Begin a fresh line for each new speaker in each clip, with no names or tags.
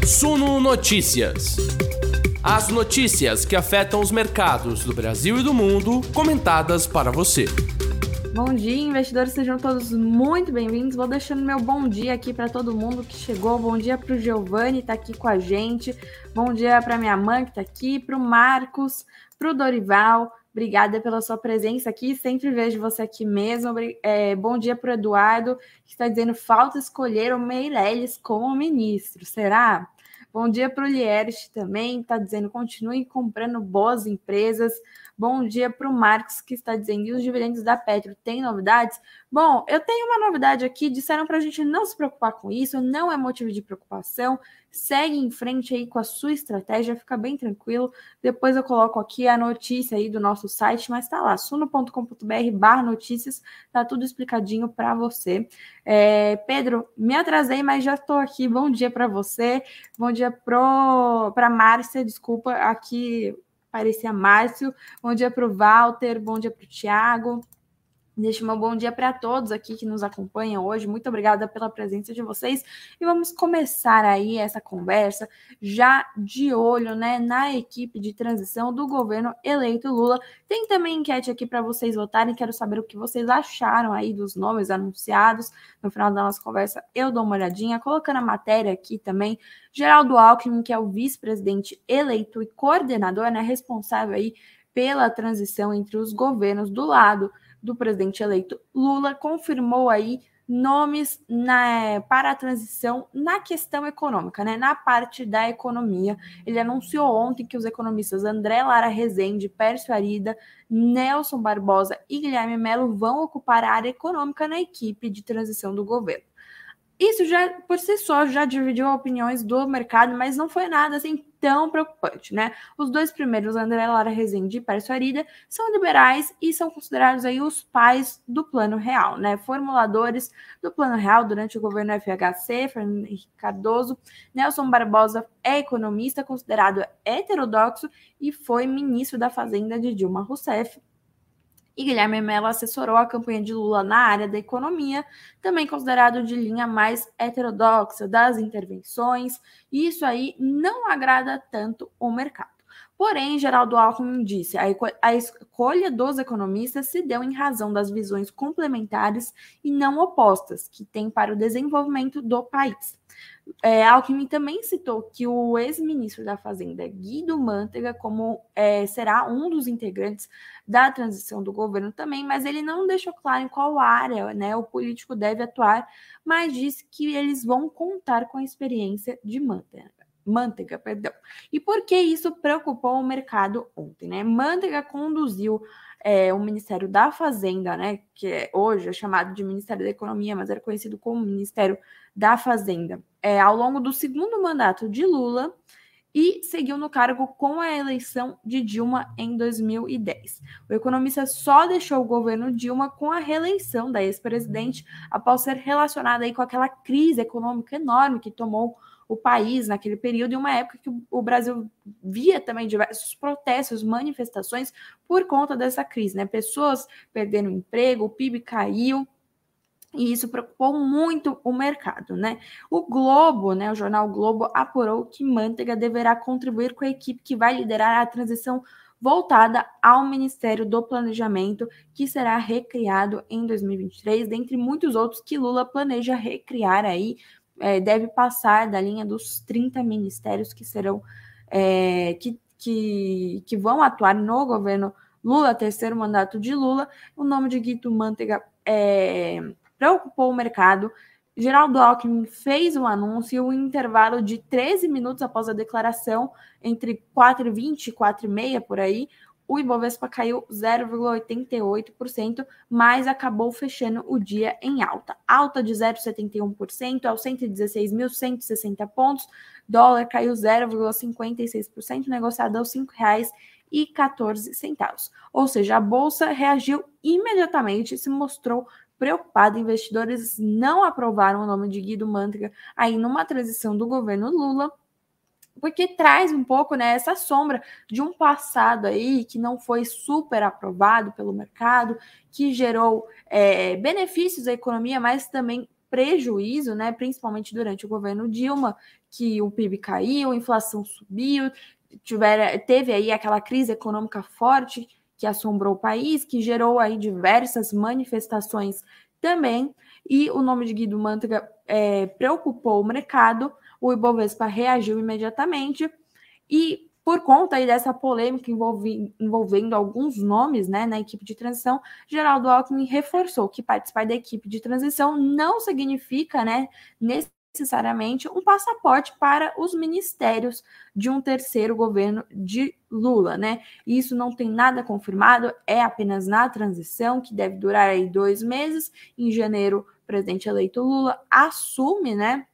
Suno Notícias. As notícias que afetam os mercados do Brasil e do mundo, comentadas para você.
Bom dia, investidores, sejam todos muito bem-vindos. Vou deixando meu bom dia aqui para todo mundo que chegou. Bom dia para o Giovanni, que está aqui com a gente. Bom dia para minha mãe, que está aqui, para o Marcos, para o Dorival. Obrigada pela sua presença aqui, sempre vejo você aqui mesmo. Bom dia para o Eduardo, que está dizendo falta escolher o Meirelles como ministro, será? Bom dia para o Lierich também, está dizendo continue comprando boas empresas. Bom dia para o Marcos, que está dizendo, e os dividendos da Petro, tem novidades? Bom, eu tenho uma novidade aqui, disseram para a gente não se preocupar com isso, não é motivo de preocupação, segue em frente aí com a sua estratégia, fica bem tranquilo. Depois eu coloco aqui a notícia aí do nosso site, mas tá lá, suno.com.br/notícias, tá tudo explicadinho para você. Pedro, me atrasei, mas já estou aqui, bom dia para você, bom dia para Márcia, desculpa, aqui parecia Márcio, bom dia para o Walter, bom dia para o Thiago. Deixa um bom dia para todos aqui que nos acompanham hoje. Muito obrigada pela presença de vocês. E vamos começar aí essa conversa já de olho, né, na equipe de transição do governo eleito Lula. Tem também enquete aqui para vocês votarem. Quero saber o que vocês acharam aí dos nomes anunciados. No final da nossa conversa eu dou uma olhadinha. Colocando a matéria aqui também. Geraldo Alckmin, que é o vice-presidente eleito e coordenador, né, responsável aí pela transição entre os governos do lado do presidente eleito Lula, confirmou aí nomes para a transição na questão econômica, né? Na parte da economia. Ele anunciou ontem que os economistas André Lara Rezende, Pércio Arida, Nelson Barbosa e Guilherme Mello vão ocupar a área econômica na equipe de transição do governo. Isso já, por si só, já dividiu opiniões do mercado, mas não foi nada assim tão preocupante, né? Os dois primeiros, André Lara Rezende e Pércio Arida, são liberais e são considerados aí os pais do Plano Real, né? Formuladores do Plano Real durante o governo FHC, Fernando Henrique Cardoso. Nelson Barbosa é economista, considerado heterodoxo e foi ministro da Fazenda de Dilma Rousseff. E Guilherme Mello assessorou a campanha de Lula na área da economia, também considerado de linha mais heterodoxa das intervenções, e isso aí não agrada tanto o mercado. Porém, Geraldo Alckmin disse a escolha dos economistas se deu em razão das visões complementares e não opostas que tem para o desenvolvimento do país. Alckmin também citou que o ex-ministro da Fazenda, Guido Mantega, será um dos integrantes da transição do governo também, mas ele não deixou claro em qual área, né, o político deve atuar, mas disse que eles vão contar com a experiência de Mantega. E por que isso preocupou o mercado ontem, né? Mantega conduziu o Ministério da Fazenda, né, que hoje é chamado de Ministério da Economia, mas era conhecido como Ministério da Fazenda, ao longo do segundo mandato de Lula e seguiu no cargo com a eleição de Dilma em 2010. O economista só deixou o governo Dilma com a reeleição da ex-presidente após ser relacionada aí com aquela crise econômica enorme que tomou o país naquele período, e uma época que o Brasil via também diversos protestos, manifestações por conta dessa crise, né? Pessoas perdendo emprego, o PIB caiu, e isso preocupou muito o mercado, né? O Globo, né, o jornal Globo, apurou que Mantega deverá contribuir com a equipe que vai liderar a transição voltada ao Ministério do Planejamento, que será recriado em 2023, dentre muitos outros que Lula planeja recriar aí. Deve passar da linha dos 30 ministérios que serão que vão atuar no governo Lula, terceiro mandato de Lula. O nome de Guido Mantega preocupou o mercado. Geraldo Alckmin fez um anúncio e um intervalo de 13 minutos após a declaração, entre 4h20 e 4h30 por aí, o Ibovespa caiu 0,88%, mas acabou fechando o dia em alta de 0,71% aos 116.160 pontos. Dólar caiu 0,56%, negociado aos R$ 5,14. Ou seja, a bolsa reagiu imediatamente e se mostrou preocupada. Investidores não aprovaram o nome de Guido Mantega aí numa transição do governo Lula, porque traz um pouco, né, essa sombra de um passado aí que não foi super aprovado pelo mercado, que gerou benefícios à economia, mas também prejuízo, né, principalmente durante o governo Dilma, que o PIB caiu, a inflação subiu, teve aí aquela crise econômica forte que assombrou o país, que gerou aí diversas manifestações também, e o nome de Guido Mantega preocupou o mercado, o Ibovespa reagiu imediatamente, e por conta aí dessa polêmica envolvendo alguns nomes, né, na equipe de transição, Geraldo Alckmin reforçou que participar da equipe de transição não significa, né, necessariamente um passaporte para os ministérios de um terceiro governo de Lula, né? Isso não tem nada confirmado, é apenas na transição, que deve durar aí 2 meses. Em janeiro, o presidente eleito Lula assume, né,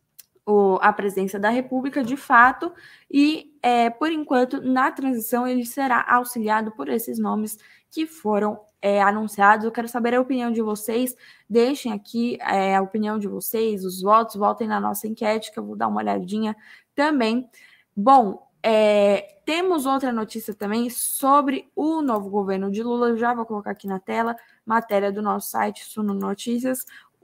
a presidência da República de fato, e por enquanto, na transição, ele será auxiliado por esses nomes que foram anunciados. Eu quero saber a opinião de vocês, deixem aqui a opinião de vocês, os votos, votem na nossa enquete, que eu vou dar uma olhadinha também. Bom, temos outra notícia também sobre o novo governo de Lula, eu já vou colocar aqui na tela, matéria do nosso site, Suno Notícias.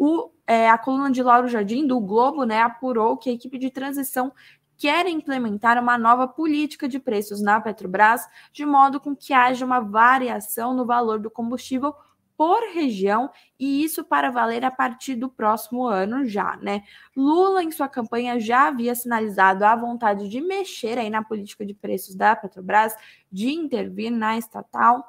A coluna de Lauro Jardim, do Globo, né, apurou que a equipe de transição quer implementar uma nova política de preços na Petrobras, de modo com que haja uma variação no valor do combustível por região, e isso para valer a partir do próximo ano já, né? Lula, em sua campanha, já havia sinalizado a vontade de mexer aí na política de preços da Petrobras, de intervir na estatal.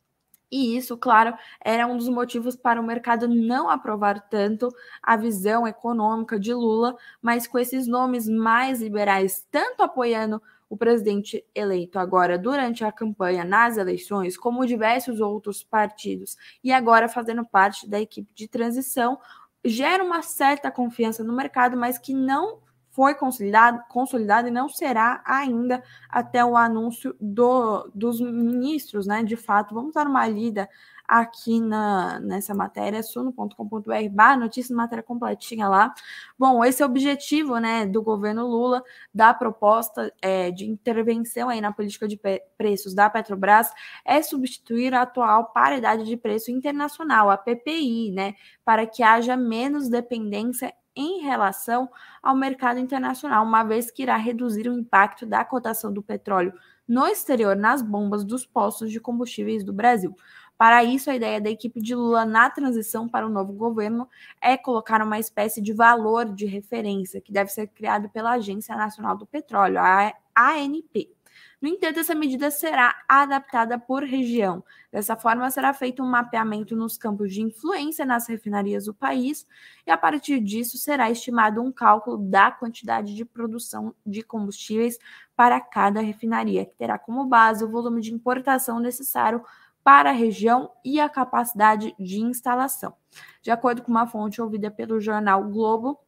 E isso, claro, era um dos motivos para o mercado não aprovar tanto a visão econômica de Lula, mas com esses nomes mais liberais, tanto apoiando o presidente eleito agora durante a campanha nas eleições, como diversos outros partidos, e agora fazendo parte da equipe de transição, gera uma certa confiança no mercado, mas que não foi consolidado e não será ainda até o anúncio dos ministros, né? De fato, vamos dar uma lida aqui nessa matéria, suno.com.br/notícia, matéria completinha lá. Bom, esse é o objetivo, né, do governo Lula, da proposta de intervenção aí na política de preços da Petrobras, é substituir a atual paridade de preço internacional, a PPI, né, para que haja menos dependência em relação ao mercado internacional, uma vez que irá reduzir o impacto da cotação do petróleo no exterior nas bombas dos postos de combustíveis do Brasil. Para isso, a ideia da equipe de Lula na transição para o novo governo é colocar uma espécie de valor de referência que deve ser criado pela Agência Nacional do Petróleo, a ANP. No entanto, essa medida será adaptada por região. Dessa forma, será feito um mapeamento nos campos de influência nas refinarias do país e, a partir disso, será estimado um cálculo da quantidade de produção de combustíveis para cada refinaria, que terá como base o volume de importação necessário para a região e a capacidade de instalação. De acordo com uma fonte ouvida pelo jornal Globo,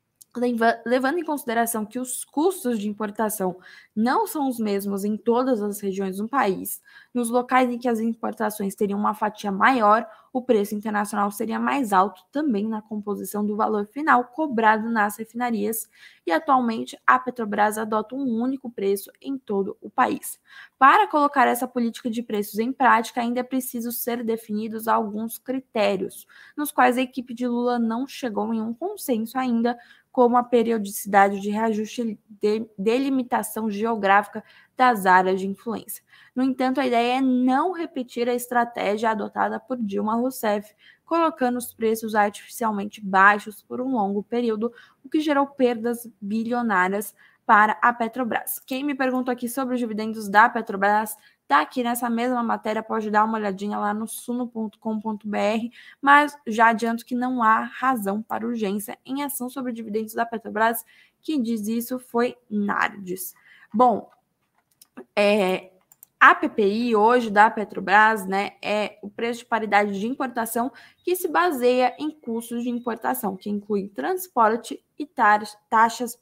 levando em consideração que os custos de importação não são os mesmos em todas as regiões do país, nos locais em que as importações teriam uma fatia maior, o preço internacional seria mais alto também na composição do valor final cobrado nas refinarias, e atualmente a Petrobras adota um único preço em todo o país. Para colocar essa política de preços em prática, ainda é preciso ser definidos alguns critérios, nos quais a equipe de Lula não chegou em um consenso ainda, como a periodicidade de reajuste e delimitação geográfica das áreas de influência. No entanto, a ideia é não repetir a estratégia adotada por Dilma Rousseff, colocando os preços artificialmente baixos por um longo período, o que gerou perdas bilionárias para a Petrobras. Quem me perguntou aqui sobre os dividendos da Petrobras, está aqui nessa mesma matéria, pode dar uma olhadinha lá no suno.com.br, mas já adianto que não há razão para urgência em ação sobre dividendos da Petrobras. Quem diz isso foi Nardes. Bom, a PPI hoje da Petrobras, né, é o preço de paridade de importação que se baseia em custos de importação, que inclui transporte e taxas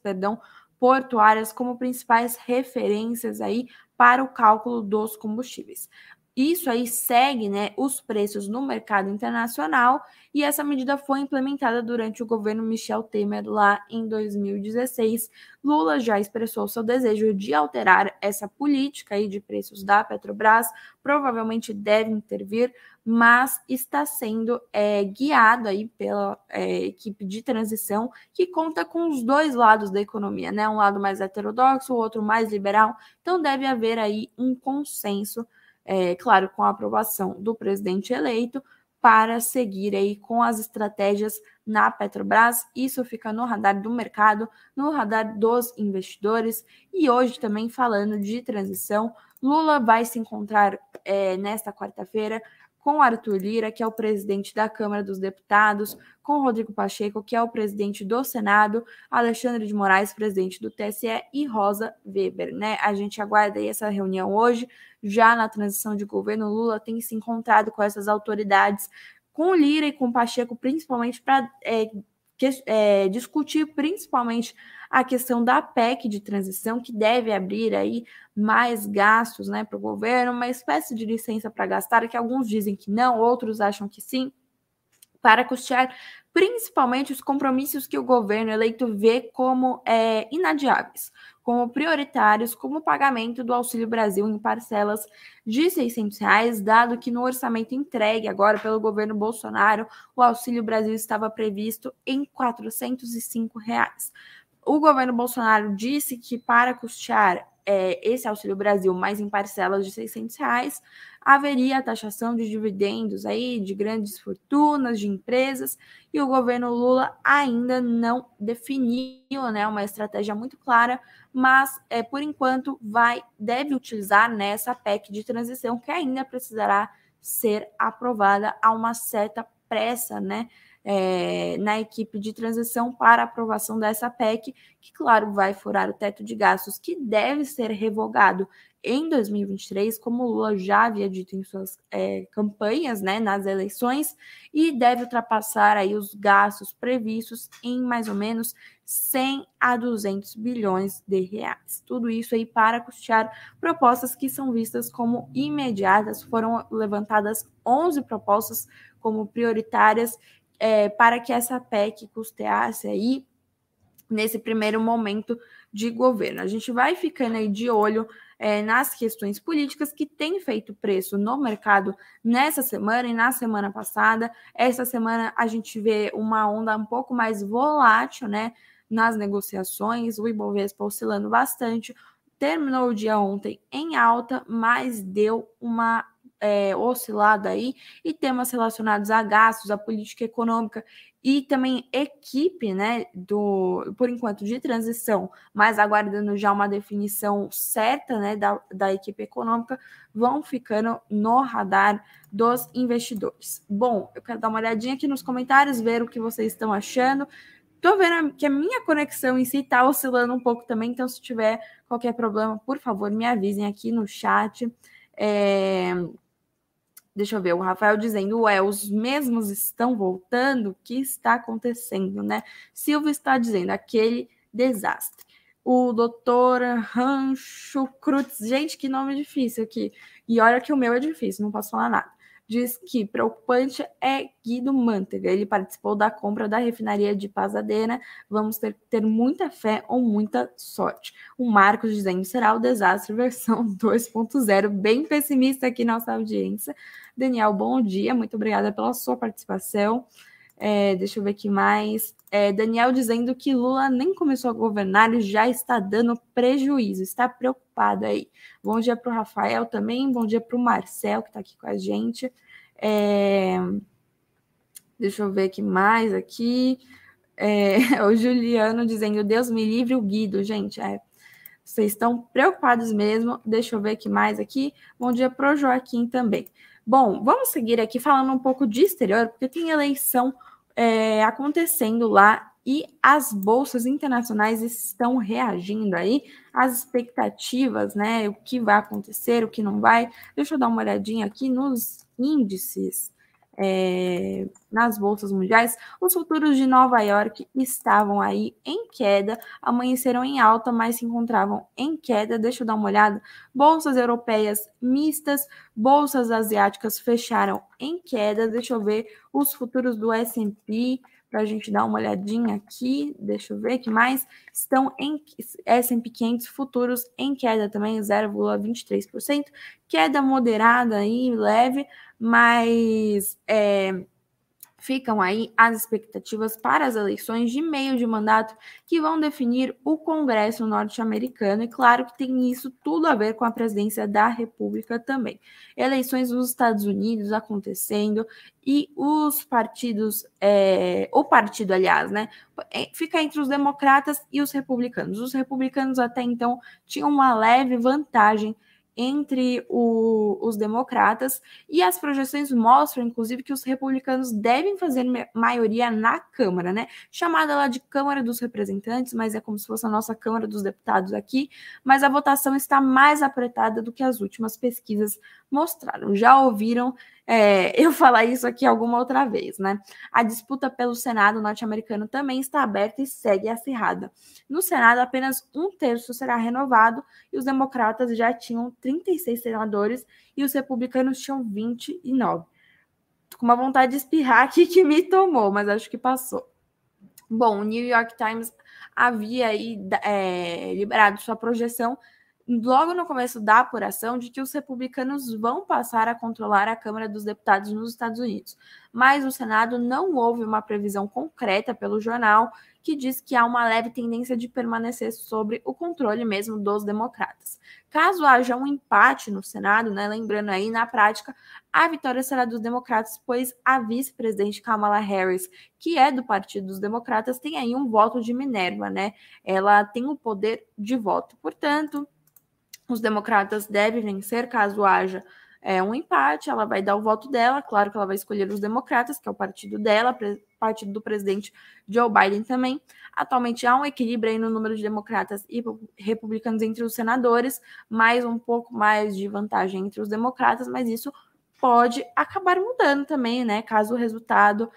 portuárias como principais referências aí para o cálculo dos combustíveis. Isso aí segue, né, os preços no mercado internacional, e essa medida foi implementada durante o governo Michel Temer lá em 2016. Lula já expressou seu desejo de alterar essa política aí de preços da Petrobras, provavelmente deve intervir, mas está sendo guiado aí pela equipe de transição, que conta com os dois lados da economia, né? Um lado mais heterodoxo, o outro mais liberal. Então deve haver aí um consenso, claro, com a aprovação do presidente eleito, para seguir aí com as estratégias na Petrobras. Isso fica no radar do mercado, no radar dos investidores. E hoje também falando de transição, Lula vai se encontrar nesta quarta-feira com Arthur Lira, que é o presidente da Câmara dos Deputados, com Rodrigo Pacheco, que é o presidente do Senado, Alexandre de Moraes, presidente do TSE, e Rosa Weber, né? A gente aguarda aí essa reunião hoje. Já na transição de governo, Lula tem se encontrado com essas autoridades, com Lira e com Pacheco, principalmente para discutir principalmente a questão da PEC de transição, que deve abrir aí mais gastos, né, para o governo, uma espécie de licença para gastar, que alguns dizem que não, outros acham que sim, para custear principalmente os compromissos que o governo eleito vê como inadiáveis, como prioritários, como o pagamento do Auxílio Brasil em parcelas de R$ 600, dado que no orçamento entregue agora pelo governo Bolsonaro, o Auxílio Brasil estava previsto em R$ 405. O governo Bolsonaro disse que para custear esse Auxílio Brasil, mais em parcelas de R$ 600, haveria a taxação de dividendos aí, de grandes fortunas, de empresas, e o governo Lula ainda não definiu, né, uma estratégia muito clara, mas por enquanto deve utilizar nessa PEC de transição, que ainda precisará ser aprovada a uma certa pressa, né, na equipe de transição para aprovação dessa PEC, que, claro, vai furar o teto de gastos, que deve ser revogado em 2023, como o Lula já havia dito em suas campanhas, né, nas eleições, e deve ultrapassar aí os gastos previstos em mais ou menos 100 a 200 bilhões de reais. Tudo isso aí para custear propostas que são vistas como imediatas. Foram levantadas 11 propostas como prioritárias para que essa PEC custeasse aí nesse primeiro momento de governo. A gente vai ficando aí de olho nas questões políticas que têm feito preço no mercado nessa semana e na semana passada. Essa semana a gente vê uma onda um pouco mais volátil, né, nas negociações, o Ibovespa oscilando bastante. Terminou o dia ontem em alta, mas deu uma oscilada aí, e temas relacionados a gastos, a política econômica e também equipe, né, por enquanto, de transição, mas aguardando já uma definição certa, né, da equipe econômica, vão ficando no radar dos investidores. Bom, eu quero dar uma olhadinha aqui nos comentários, ver o que vocês estão achando. Tô vendo que a minha conexão em si tá oscilando um pouco também, então se tiver qualquer problema, por favor, me avisem aqui no chat. Deixa eu ver, o Rafael dizendo, os mesmos estão voltando? O que está acontecendo, né? Silvio está dizendo, aquele desastre. O doutor Rancho Cruz, gente, que nome difícil aqui. E olha que o meu é difícil, não posso falar nada. Diz que preocupante é Guido Mantega. Ele participou da compra da refinaria de Pasadena. Vamos ter muita fé ou muita sorte. O Marcos dizendo, será o desastre versão 2.0. Bem pessimista aqui nossa audiência. Daniel, bom dia. Muito obrigada pela sua participação. Deixa eu ver aqui mais. Daniel dizendo que Lula nem começou a governar e já está dando prejuízo. Está preocupado aí. Bom dia para o Rafael também. Bom dia para o Marcel, que está aqui com a gente. Deixa eu ver aqui mais aqui. O Juliano dizendo, Deus me livre o Guido, gente. Vocês estão preocupados mesmo. Deixa eu ver aqui mais aqui. Bom dia para o Joaquim também. Bom, vamos seguir aqui falando um pouco de exterior, porque tem eleição acontecendo lá e as bolsas internacionais estão reagindo aí às expectativas, né? O que vai acontecer, o que não vai. Deixa eu dar uma olhadinha aqui nos índices nas bolsas mundiais, os futuros de Nova York estavam aí em queda, amanheceram em alta, mas se encontravam em queda. Deixa eu dar uma olhada. Bolsas europeias mistas, bolsas asiáticas fecharam em queda. Deixa eu ver os futuros do S&P, para a gente dar uma olhadinha aqui. Deixa eu ver que mais estão em S&P 500 futuros em queda também, 0,23%, queda moderada aí, leve, mas ficam aí as expectativas para as eleições de meio de mandato que vão definir o Congresso norte-americano, e claro que tem isso tudo a ver com a presidência da República também. Eleições nos Estados Unidos acontecendo e os partidos, o partido, aliás, né, fica entre os democratas e os republicanos. Os republicanos até então tinham uma leve vantagem entre os democratas, e as projeções mostram, inclusive, que os republicanos devem fazer maioria na Câmara, né? Chamada lá de Câmara dos Representantes, mas é como se fosse a nossa Câmara dos Deputados aqui, mas a votação está mais apertada do que as últimas pesquisas mostraram. Já ouviram eu falar isso aqui alguma outra vez, né? A disputa pelo Senado norte-americano também está aberta e segue acirrada. No Senado, apenas 1/3 será renovado, e os democratas já tinham 36 senadores e os republicanos tinham 29. Tô com uma vontade de espirrar aqui que me tomou, mas acho que passou. Bom, o New York Times havia aí liberado sua projeção logo no começo da apuração de que os republicanos vão passar a controlar a Câmara dos Deputados nos Estados Unidos. Mas no Senado não houve uma previsão concreta pelo jornal, que diz que há uma leve tendência de permanecer sobre o controle mesmo dos democratas. Caso haja um empate no Senado, né, lembrando aí, na prática, a vitória será dos democratas, pois a vice-presidente Kamala Harris, que é do Partido dos Democratas, tem aí um voto de Minerva, né? Ela tem o poder de voto. Portanto, os democratas devem vencer caso haja um empate. Ela vai dar o voto dela, claro que ela vai escolher os democratas, que é o partido dela, partido do presidente Joe Biden também. Atualmente há um equilíbrio aí no número de democratas e republicanos entre os senadores, mais um pouco mais de vantagem entre os democratas, mas isso pode acabar mudando também, né? Caso o resultado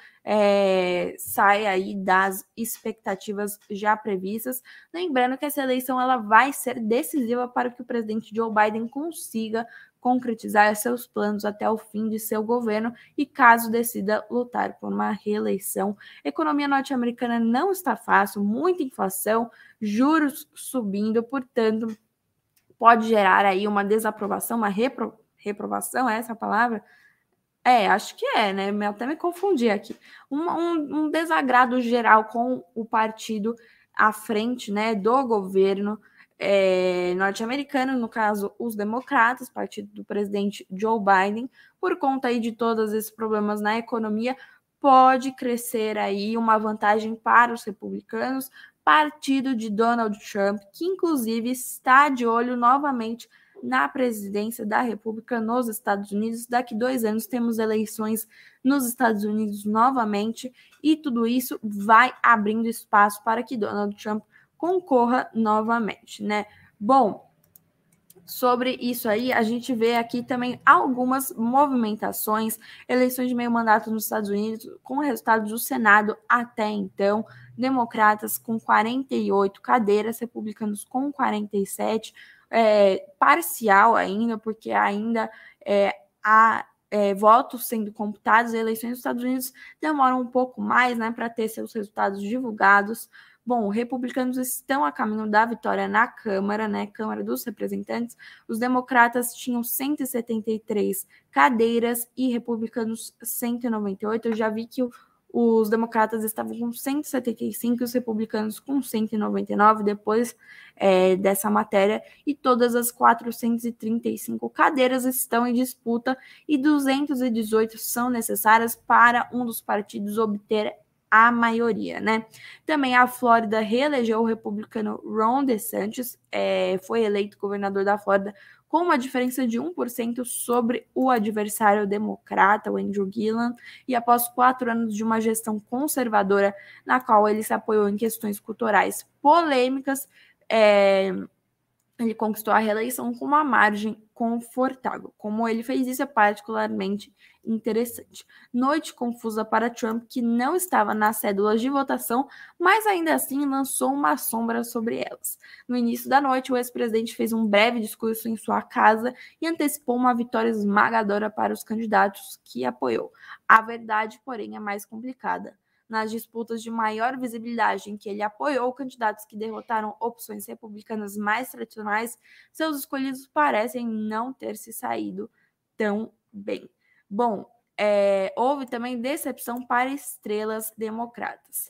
saia aí das expectativas já previstas. Lembrando que essa eleição ela vai ser decisiva para que o presidente Joe Biden consiga concretizar seus planos até o fim de seu governo e caso decida lutar por uma reeleição. A economia norte-americana não está fácil, muita inflação, juros subindo, portanto, pode gerar aí uma desaprovação, uma reprovação, é essa a palavra? Acho que né? Até me confundi aqui. Um desagrado geral com o partido à frente, né, do governo norte-americano, no caso, os democratas, partido do presidente Joe Biden, por conta aí de todos esses problemas na economia, pode crescer aí uma vantagem para os republicanos, partido de Donald Trump, que inclusive está de olho novamente na presidência da República nos Estados Unidos. Daqui 2 anos temos eleições nos Estados Unidos novamente, e tudo isso vai abrindo espaço para que Donald Trump concorra novamente, né? Bom, sobre isso aí, a gente vê aqui também algumas movimentações, eleições de meio mandato nos Estados Unidos, com resultados do Senado até então, democratas com 48 cadeiras, republicanos com 47, parcial ainda, porque ainda há votos sendo computados. As eleições dos Estados Unidos demoram um pouco mais, né, para ter seus resultados divulgados. Bom, republicanos estão a caminho da vitória na Câmara, né, Câmara dos Representantes. Os democratas tinham 173 cadeiras e republicanos 198. Eu já vi que os democratas estavam com 175 e os republicanos com 199 depois dessa matéria, e todas as 435 cadeiras estão em disputa e 218 são necessárias para um dos partidos obter a maioria, né? Também a Flórida reelegeu o republicano Ron DeSantis, foi eleito governador da Flórida com uma diferença de 1% sobre o adversário democrata, o Andrew Gillum, e após 4 anos de uma gestão conservadora, na qual ele se apoiou em questões culturais polêmicas, ele conquistou a reeleição com uma margem confortável. Como ele fez isso é particularmente interessante. Noite confusa para Trump, que não estava nas cédulas de votação, mas ainda assim lançou uma sombra sobre elas. No início da noite, o ex-presidente fez um breve discurso em sua casa e antecipou uma vitória esmagadora para os candidatos que apoiou. A verdade, porém, é mais complicada. Nas disputas de maior visibilidade em que ele apoiou candidatos que derrotaram opções republicanas mais tradicionais, seus escolhidos parecem não ter se saído tão bem. Bom, houve também decepção para estrelas democratas.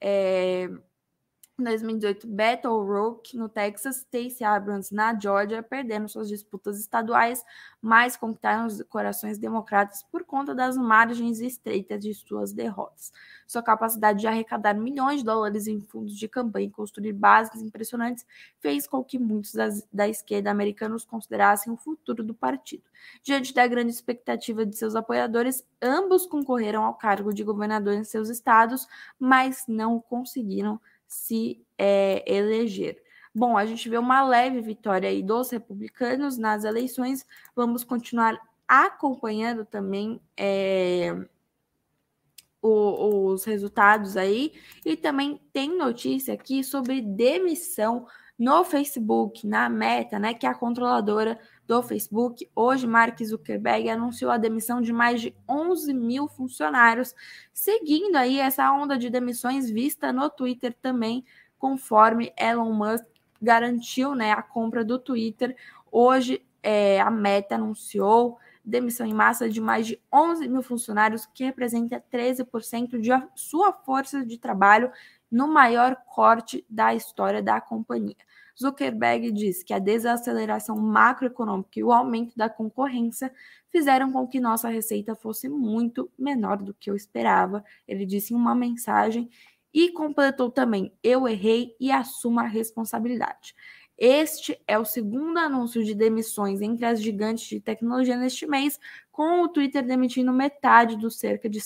Em 2018, Beto O'Rourke no Texas, Stacey Abrams na Georgia, perdendo suas disputas estaduais, mas conquistaram os corações democratas por conta das margens estreitas de suas derrotas. Sua capacidade de arrecadar milhões de dólares em fundos de campanha e construir bases impressionantes fez com que muitos da esquerda americanos considerassem o futuro do partido. Diante da grande expectativa de seus apoiadores, ambos concorreram ao cargo de governador em seus estados, mas não conseguiram se eleger. Bom, a gente vê uma leve vitória aí dos republicanos nas eleições. Vamos continuar acompanhando também os resultados aí. E também tem notícia aqui sobre demissão no Facebook, na Meta, né, que é a controladora do Facebook. Hoje, Mark Zuckerberg anunciou a demissão de mais de 11 mil funcionários, seguindo aí essa onda de demissões vista no Twitter também, conforme Elon Musk garantiu, né, a compra do Twitter. Hoje, a Meta anunciou demissão em massa de mais de 11 mil funcionários, que representa 13% de sua força de trabalho, no maior corte da história da companhia. Zuckerberg diz que a desaceleração macroeconômica e o aumento da concorrência fizeram com que nossa receita fosse muito menor do que eu esperava. Ele disse em uma mensagem e completou também: eu errei e assumo a responsabilidade. Este é o segundo anúncio de demissões entre as gigantes de tecnologia neste mês, com o Twitter demitindo metade dos cerca de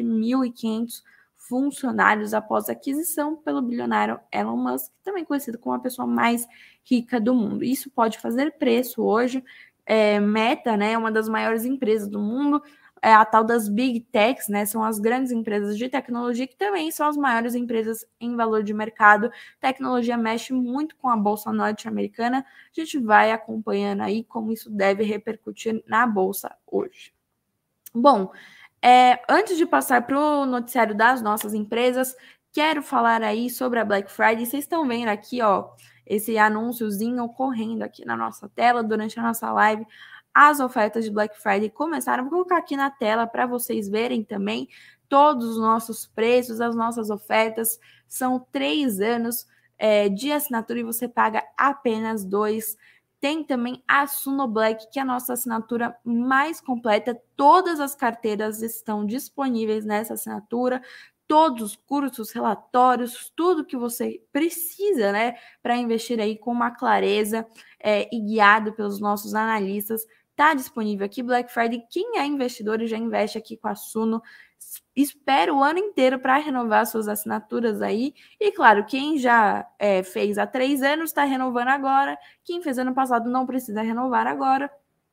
7.500 funcionários após a aquisição pelo bilionário Elon Musk, também conhecido como a pessoa mais rica do mundo. Isso pode fazer preço hoje. Meta, né, é uma das maiores empresas do mundo, a tal das Big Techs, né, são as grandes empresas de tecnologia que também são as maiores empresas em valor de mercado. Tecnologia mexe muito com a bolsa norte-americana. A gente vai acompanhando aí como isso deve repercutir na bolsa hoje. Bom, antes de passar para o noticiário das nossas empresas, quero falar aí sobre a Black Friday. Vocês estão vendo aqui, ó, esse anúnciozinho correndo aqui na nossa tela durante a nossa live. As ofertas de Black Friday começaram. Vou colocar aqui na tela para vocês verem também todos os nossos preços, as nossas ofertas. São 3 anos de assinatura e você paga apenas 2. Tem também a Suno Black, que é a nossa assinatura mais completa. Todas as carteiras estão disponíveis nessa assinatura. Todos os cursos, relatórios, tudo que você precisa, né, para investir aí com uma clareza e guiado pelos nossos analistas. Está disponível aqui. Black Friday, quem é investidor e já investe aqui com a Suno, espera o ano inteiro para renovar suas assinaturas aí. E claro, quem já fez há 3 anos está renovando agora. Quem fez ano passado não precisa renovar agora.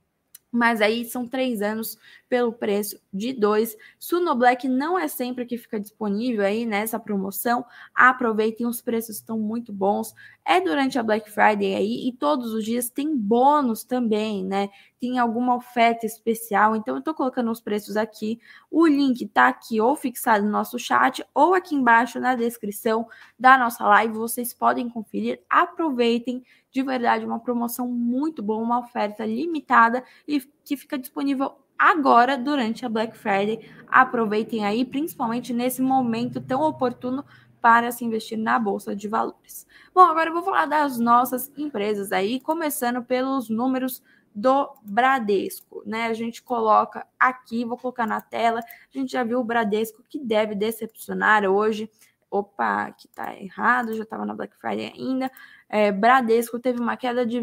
Mas aí são 3 anos pelo preço de 2. Suno Black não é sempre que fica disponível aí nessa promoção. Aproveitem, os preços estão muito bons. É durante a Black Friday aí e todos os dias tem bônus também, né? Tem alguma oferta especial. Então eu tô colocando os preços aqui. O link tá aqui ou fixado no nosso chat ou aqui embaixo na descrição da nossa live. Vocês podem conferir. Aproveitem. De verdade, uma promoção muito boa, uma oferta limitada e que fica disponível agora durante a Black Friday. Aproveitem aí, principalmente nesse momento tão oportuno para se investir na Bolsa de Valores. Bom, agora eu vou falar das nossas empresas aí, começando pelos números do Bradesco, né? A gente coloca aqui, vou colocar na tela, a gente já viu o Bradesco que deve decepcionar hoje. Opa, aqui tá errado, já estava na Black Friday ainda. Bradesco teve uma queda de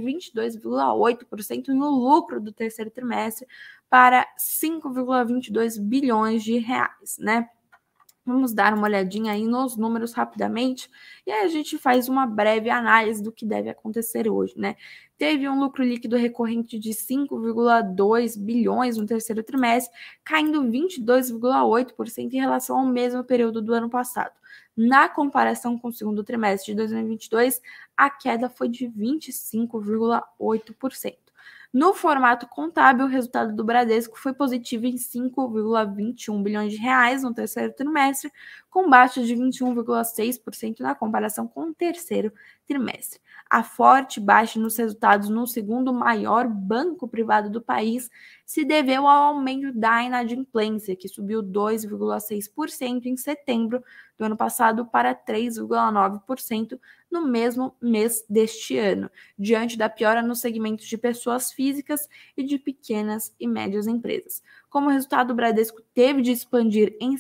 22,8% no lucro do terceiro trimestre para 5,22 bilhões de reais, né? Vamos dar uma olhadinha aí nos números rapidamente e aí a gente faz uma breve análise do que deve acontecer hoje, né? Teve um lucro líquido recorrente de 5,2 bilhões no terceiro trimestre, caindo 22,8% em relação ao mesmo período do ano passado. Na comparação com o segundo trimestre de 2022, a queda foi de 25,8%. No formato contábil, o resultado do Bradesco foi positivo em 5,21 bilhões de reais no terceiro trimestre, com baixa de 21,6% na comparação com o terceiro trimestre. A forte baixa nos resultados no segundo maior banco privado do país se deveu ao aumento da inadimplência, que subiu 2,6% em setembro do ano passado para 3,9% no mesmo mês deste ano, diante da piora nos segmentos de pessoas físicas e de pequenas e médias empresas. Como resultado, o Bradesco teve de expandir em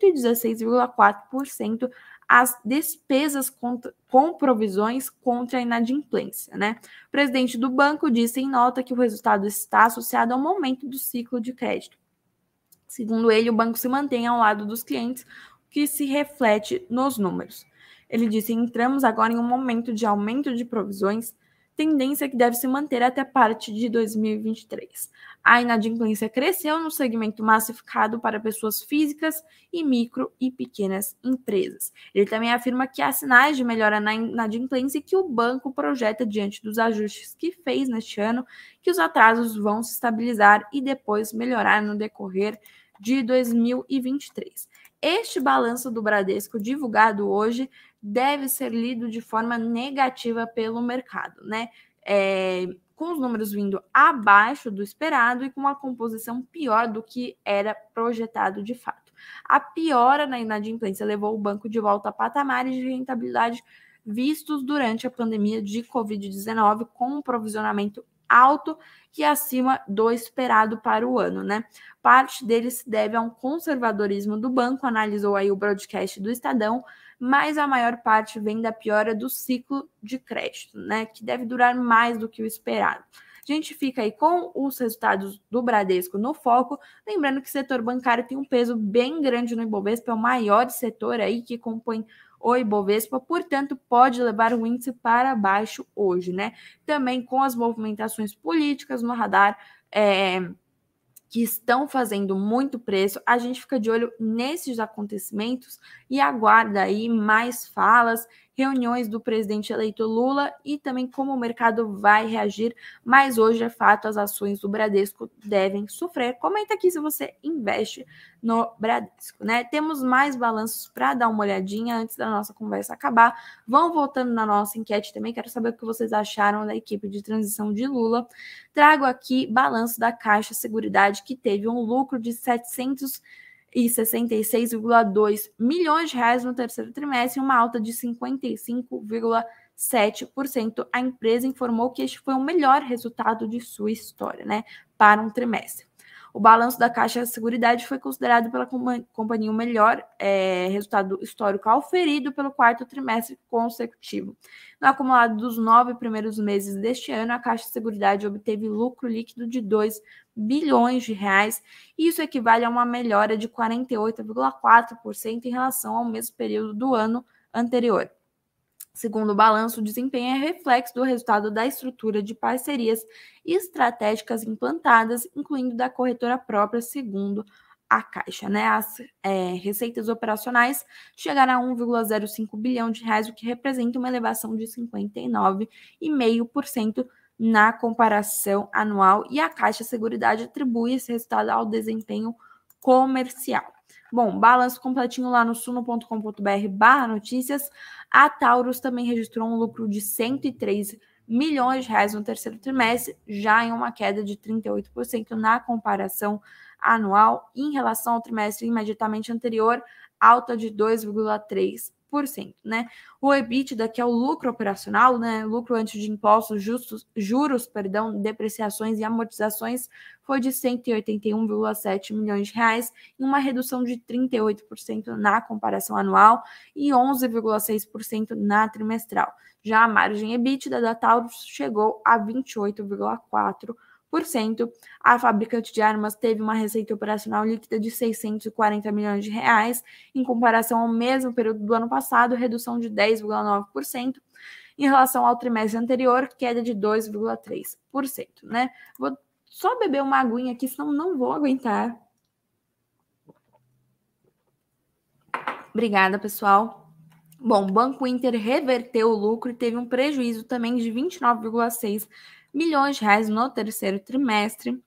116,4% as despesas com provisões contra a inadimplência, né? O presidente do banco disse em nota que o resultado está associado ao momento do ciclo de crédito. Segundo ele, o banco se mantém ao lado dos clientes, o que se reflete nos números. Ele disse: entramos agora em um momento de aumento de provisões, tendência que deve se manter até parte de 2023. A inadimplência cresceu no segmento massificado para pessoas físicas e micro e pequenas empresas. Ele também afirma que há sinais de melhora na inadimplência e que o banco projeta, diante dos ajustes que fez neste ano, que os atrasos vão se estabilizar e depois melhorar no decorrer de 2023. Este balanço do Bradesco divulgado hoje deve ser lido de forma negativa pelo mercado, né? Com os números vindo abaixo do esperado e com uma composição pior do que era projetado de fato. A piora na inadimplência levou o banco de volta a patamares de rentabilidade vistos durante a pandemia de Covid-19, com um provisionamento alto e acima do esperado para o ano, né? Parte dele se deve a um conservadorismo do banco, analisou aí o broadcast do Estadão, mas a maior parte vem da piora do ciclo de crédito, né? Que deve durar mais do que o esperado. A gente fica aí com os resultados do Bradesco no foco, lembrando que o setor bancário tem um peso bem grande no Ibovespa, é o maior setor aí que compõe o Ibovespa, portanto, pode levar o índice para baixo hoje, né? Também com as movimentações políticas no radar, que estão fazendo muito preço, a gente fica de olho nesses acontecimentos e aguarda aí mais falas, reuniões do presidente eleito Lula e também como o mercado vai reagir, mas hoje é fato, as ações do Bradesco devem sofrer. Comenta aqui se você investe no Bradesco, né? Temos mais balanços para dar uma olhadinha antes da nossa conversa acabar. Vão voltando na nossa enquete também, quero saber o que vocês acharam da equipe de transição de Lula. Trago aqui balanço da Caixa Seguridade, que teve um lucro de 766,2 milhões de reais no terceiro trimestre, uma alta de 55,7%. A empresa informou que este foi o melhor resultado de sua história, né, para um trimestre. O balanço da Caixa Seguridade foi considerado pela companhia o melhor resultado histórico auferido pelo quarto trimestre consecutivo. No acumulado dos 9 primeiros meses deste ano, a Caixa Seguridade obteve lucro líquido de 2 bilhões de reais, e isso equivale a uma melhora de 48,4% em relação ao mesmo período do ano anterior. Segundo o balanço, o desempenho é reflexo do resultado da estrutura de parcerias estratégicas implantadas, incluindo da corretora própria, segundo a Caixa, né? As receitas operacionais chegaram a 1,05 bilhão de reais, o que representa uma elevação de 59,5% na comparação anual, e a Caixa Seguridade atribui esse resultado ao desempenho comercial. Bom, balanço completinho lá no suno.com.br/notícias. A Taurus também registrou um lucro de 103 milhões de reais no terceiro trimestre, já em uma queda de 38% na comparação anual, em relação ao trimestre imediatamente anterior, alta de 2,3%, né? O EBITDA, que é o lucro operacional, né, lucro antes de impostos, juros, depreciações e amortizações, foi de 181,7 milhões de reais, em uma redução de 38% na comparação anual e 11,6% na trimestral. Já a margem EBITDA da Taurus chegou a 28,4%. A fabricante de armas teve uma receita operacional líquida de 640 milhões de reais, em comparação ao mesmo período do ano passado, redução de 10,9%. Em relação ao trimestre anterior, queda de 2,3%, né? Vou só beber uma aguinha aqui, senão não vou aguentar. Obrigada, pessoal. Bom, o Banco Inter reverteu o lucro e teve um prejuízo também de 29,6 milhões de reais no terceiro trimestre.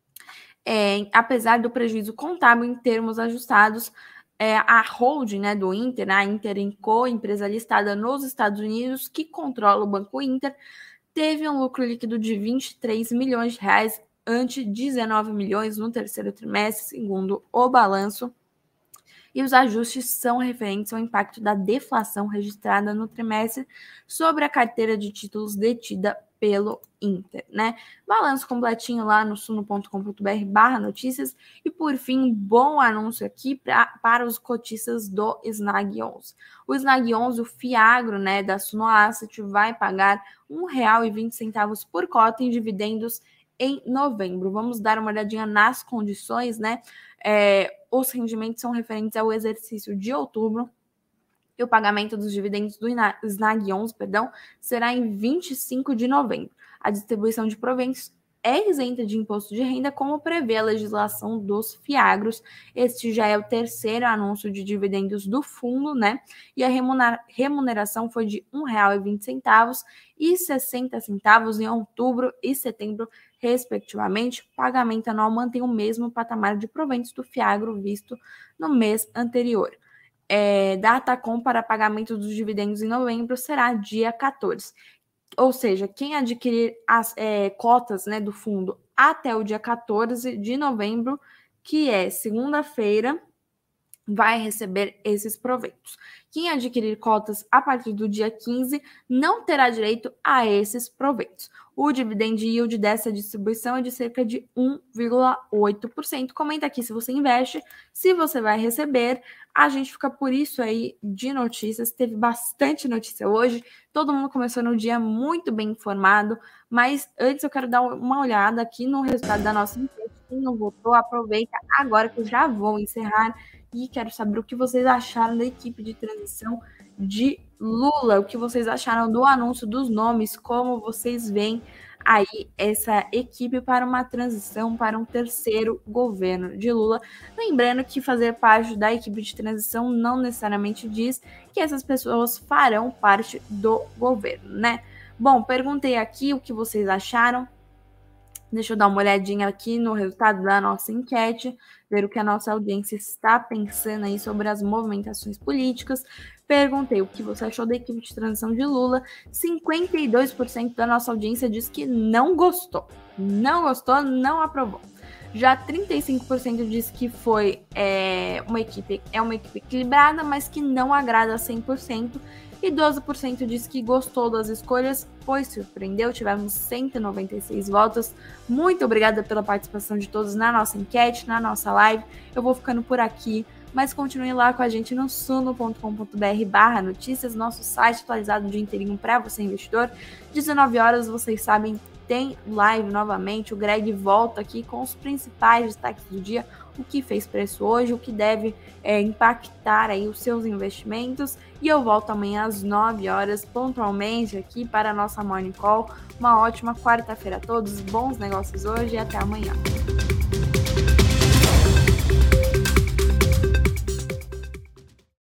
Apesar do prejuízo contábil em termos ajustados, a holding, né, do Inter, a Inter & Co, empresa listada nos Estados Unidos, que controla o Banco Inter, teve um lucro líquido de 23 milhões de reais, ante 19 milhões no terceiro trimestre, segundo o balanço. E os ajustes são referentes ao impacto da deflação registrada no trimestre sobre a carteira de títulos detida pelo Inter, né? Balanço completinho lá no suno.com.br/notícias. E por fim, bom anúncio aqui para os cotistas do Snag 11. O Snag 11, o Fiagro, né, da Suno Asset, vai pagar R$ 1,20 por cota em dividendos em novembro. Vamos dar uma olhadinha nas condições, né? Os rendimentos são referentes ao exercício de outubro. E o pagamento dos dividendos do Snag 11, será em 25 de novembro. A distribuição de proventos é isenta de imposto de renda, como prevê a legislação dos fiagros. Este já é o terceiro anúncio de dividendos do fundo, né? E a remuneração foi de R$ 1,20 e 60 centavos em outubro e setembro, respectivamente. O pagamento anual mantém o mesmo patamar de proventos do fiagro visto no mês anterior. Datacom para pagamento dos dividendos em novembro será dia 14. Ou seja, quem adquirir as cotas, né, do fundo até o dia 14 de novembro, que é segunda-feira, vai receber esses proventos. Quem adquirir cotas a partir do dia 15 não terá direito a esses proventos. O dividend yield dessa distribuição é de cerca de 1,8%. Comenta aqui se você investe, se você vai receber. A gente fica por isso aí de notícias. Teve bastante notícia hoje. Todo mundo começou no dia muito bem informado. Mas antes eu quero dar uma olhada aqui no resultado da nossa enquete. Quem não votou, aproveita agora que eu já vou encerrar. E quero saber o que vocês acharam da equipe de transição de Lula, o que vocês acharam do anúncio dos nomes, como vocês veem aí essa equipe para uma transição para um terceiro governo de Lula. Lembrando que fazer parte da equipe de transição não necessariamente diz que essas pessoas farão parte do governo, né? Bom, perguntei aqui o que vocês acharam. Deixa eu dar uma olhadinha aqui no resultado da nossa enquete, ver o que a nossa audiência está pensando aí sobre as movimentações políticas. Perguntei o que você achou da equipe de transição de Lula. 52% da nossa audiência diz que não gostou. Não gostou, não aprovou. Já 35% diz que foi uma equipe equilibrada, mas que não agrada 100%. E 12% diz que gostou das escolhas, pois surpreendeu. Tivemos 196 votos. Muito obrigada pela participação de todos na nossa enquete, na nossa live. Eu vou ficando por aqui, mas continue lá com a gente no suno.com.br/notícias, nosso site atualizado de inteirinho para você, investidor. 19 horas, vocês sabem, tem live novamente. O Greg volta aqui com os principais destaques do dia, o que fez preço hoje, o que deve impactar aí os seus investimentos. E eu volto amanhã às 9 horas, pontualmente, aqui para a nossa Morning Call. Uma ótima quarta-feira a todos, bons negócios hoje e até amanhã.